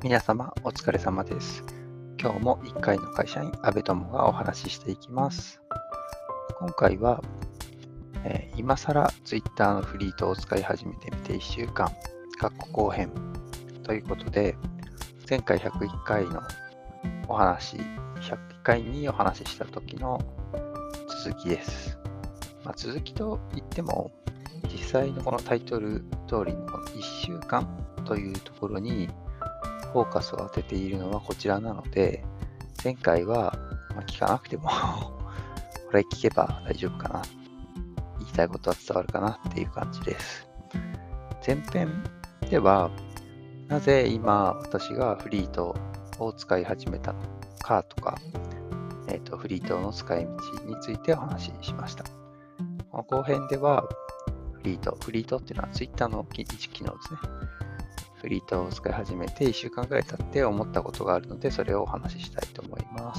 皆様お疲れ様です。今日も1回の会社員阿部友がお話ししていきます。今回は、今更 Twitter のフリートを使い始めてみて1週間、後編ということで、前回101回のお話、101回にお話しした時の続きです。続きといっても、実際のこのタイトル通りのこの1週間というところにフォーカスを当てているのはこちらなので、前回は、聞かなくてもこれ聞けば大丈夫かな、言いたいことは伝わるかなっていう感じです。前編では、なぜ今私がフリートを使い始めたのかとか、フリートの使い道についてお話ししました。この後編では、フリートっていうのは Twitter の一機能ですね。フリートを使い始めて1週間くらい経って思ったことがあるので、それをお話ししたいと思います。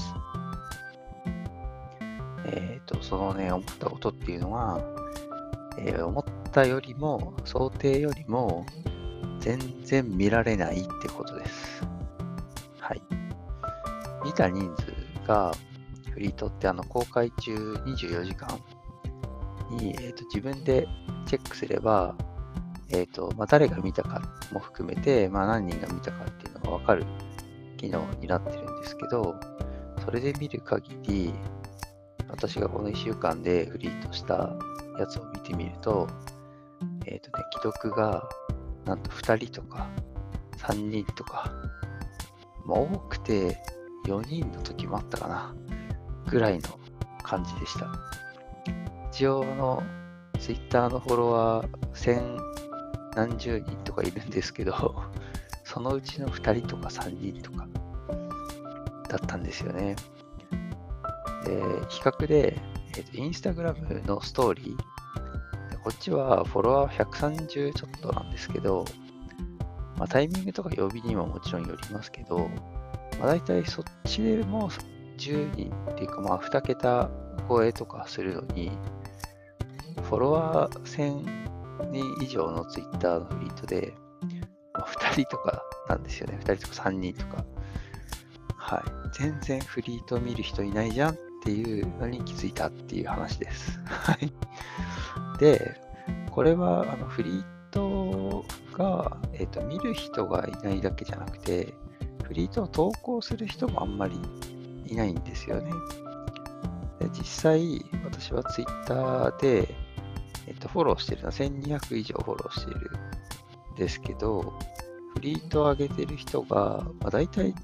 そのね、思ったことっていうのは、思ったよりも、想定よりも、全然見られないってことです。はい。見た人数が、フリートって公開中24時間に、自分でチェックすれば、誰が見たかも含めて、何人が見たかっていうのが分かる機能になってるんですけど、それで見る限り、私がこの1週間でフリートしたやつを見てみると、既読がなんと2人とか3人とか、多くて4人の時もあったかな、ぐらいの感じでした。一応Twitter のフォロワー1000何十人とかいるんですけど、そのうちの2人とか3人とかだったんですよね。で、比較で、インスタグラムのストーリー、こっちはフォロワー130ちょっとなんですけど、タイミングとか曜日にももちろんよりますけど、だいたいそっちでも10人っていうか、2桁超えとかするのに、フォロワー1000人以上のツイッターのフリートで、2人とかなんですよね。2人とか3人とか。はい。全然フリート見る人いないじゃんっていうのに気づいたっていう話です。はい。で、これはフリートが、見る人がいないだけじゃなくて、フリートを投稿する人もあんまりいないんですよね。で、実際、私はツイッターで、フォローしてるのは1200以上フォローしているんですけど、フリートを上げてる人が、だいたい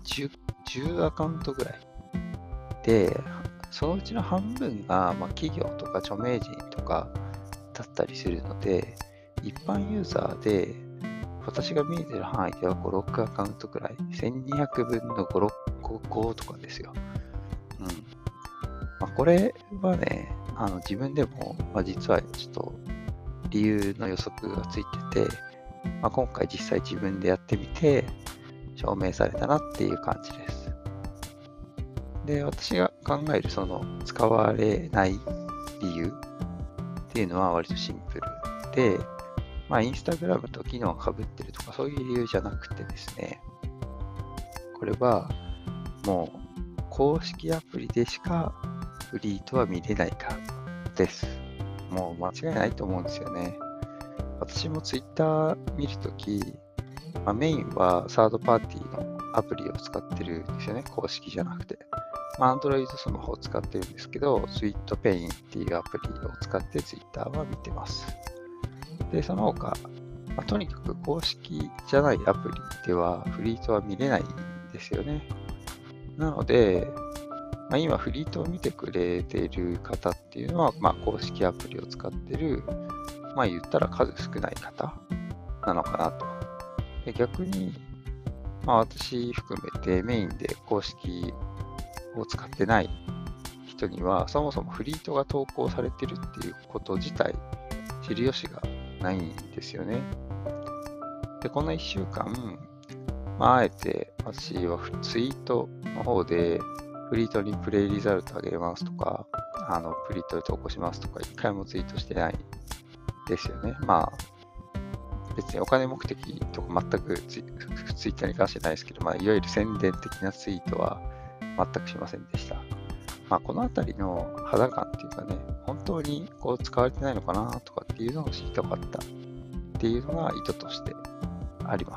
10アカウントぐらいで、そのうちの半分が、企業とか著名人とかだったりするので、一般ユーザーで、私が見えてる範囲では5、6アカウントくらい、1200分の5、5とかですよ。これはね、自分でも、実はちょっと理由の予測がついてて、今回実際自分でやってみて証明されたなっていう感じです。で、私が考えるその使われない理由っていうのは割とシンプルで、インスタグラムと機能が被ってるとかそういう理由じゃなくてですね、これはもう公式アプリでしかフリートは見れないからです。もう間違いないと思うんですよね。私も Twitter 見るとき、メインはサードパーティーのアプリを使ってるんですよね。公式じゃなくて。Android スマホを使ってるんですけど、SweetPain っていうアプリを使って Twitter は見てます。で、その他、とにかく公式じゃないアプリではフリートは見れないんですよね。なので、今フリートを見てくれている方っていうのは、公式アプリを使ってる、言ったら数少ない方なのかなと。で、逆に、私含めてメインで公式を使ってない人には、そもそもフリートが投稿されてるっていうこと自体、知る由がないんですよね。で、この1週間、あえて私はツイートの方で、フリートにプレイリザルトあげますとか、フリートで投稿しますとか、一回もツイートしてないですよね。 別にお金目的とか全くツイッターに関してないですけど、いわゆる宣伝的なツイートは全くしませんでした。このあたりの肌感っていうかね、本当にこう使われてないのかなとかっていうのを知りたかったっていうのが意図としてあります。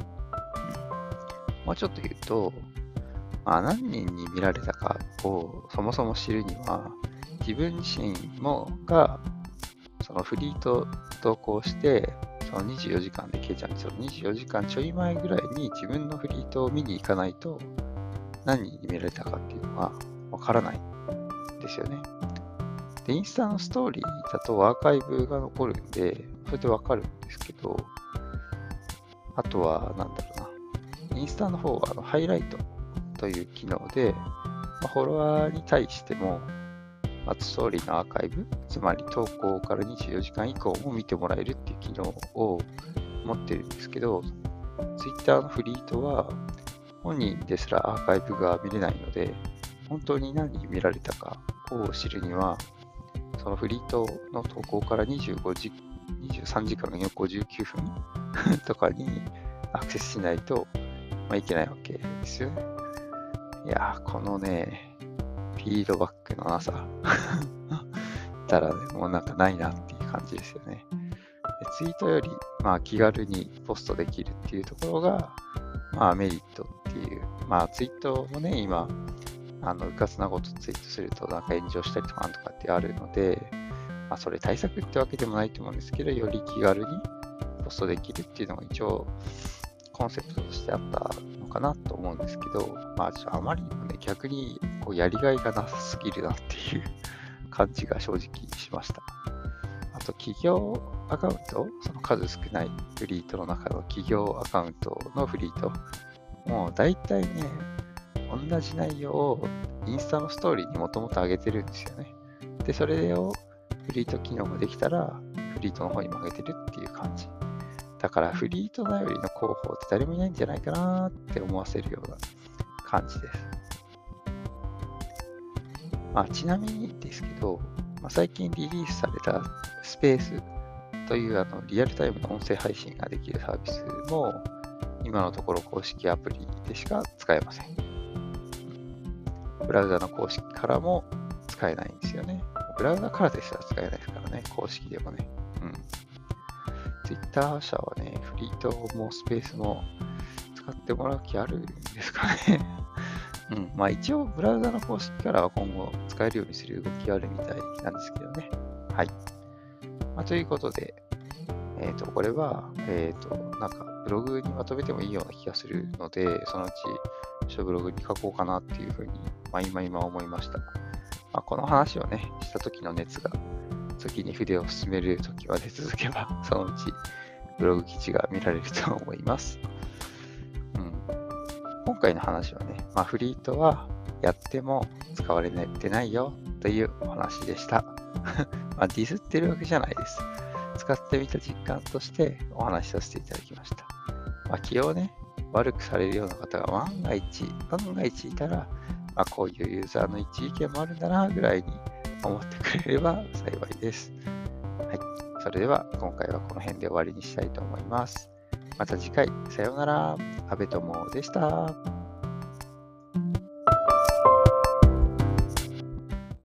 もうちょっと言うと、何人に見られたかをそもそも知るには、自分自身がそのフリート投稿して、その24時間で消えちゃうんですよ。24時間ちょい前ぐらいに自分のフリートを見に行かないと、何人に見られたかっていうのがわからないんですよね。で、インスタのストーリーだとアーカイブが残るんで、それでわかるんですけど、あとは、インスタの方はハイライトという機能で、フォロワーに対しても、ストーリーのアーカイブ、つまり投稿から24時間以降も見てもらえるっていう機能を持ってるんですけど、Twitter のフリートは本人ですらアーカイブが見れないので、本当に何人見られたかを知るには、そのフリートの投稿から23時間59分とかにアクセスしないと、いけないわけですよね。いやー、このね、フィードバックのなさたらね、もうないなっていう感じですよね。ツイートより、気軽にポストできるっていうところが、メリットっていう、ツイートもね、今、うかつなことツイートすると炎上したりとかってあるので、それ対策ってわけでもないと思うんですけど、より気軽にポストできるっていうのが一応コンセプトとしてあったのかなと思うんですけど、あまりにもね、逆にこうやりがいがなさすぎるなっていう感じが正直しました。あと、企業アカウント、その数少ないフリートの中の企業アカウントのフリート、もう大体ね、同じ内容をインスタのストーリーにもともと上げてるんですよね。で、それをフリート機能ができたら、フリートの方にも上げてるっていう感じ。だからフリート頼りの広報って誰もいないんじゃないかなって思わせるような感じです。ちなみにですけど、最近リリースされたスペースというリアルタイムの音声配信ができるサービスも今のところ公式アプリでしか使えません。ブラウザの公式からも使えないんですよね。ブラウザからですら使えないですからね、公式でもね。Twitter 社はね、フリートもスペースも使ってもらう気あるんですかね。一応、ブラウザの公式からは今後使えるようにする動きがあるみたいなんですけどね。はい。ということで、これは、ブログにまとめてもいいような気がするので、そのうち、ブログに書こうかなっていうふうに、今思いました。この話をね、した時の熱が、次に筆を進める時まで続けば、そのうちブログ記事が見られると思います。今回の話はね、フリートはやっても使われてないよというお話でした。ディスってるわけじゃないです。使ってみた実感としてお話しさせていただきました。気をね、悪くされるような方が万が一いたら、こういうユーザーの一意見もあるんだなぐらいに思ってくれれば幸いです。はい。それでは今回はこの辺で終わりにしたいと思います。また次回、さようなら。阿部友でした。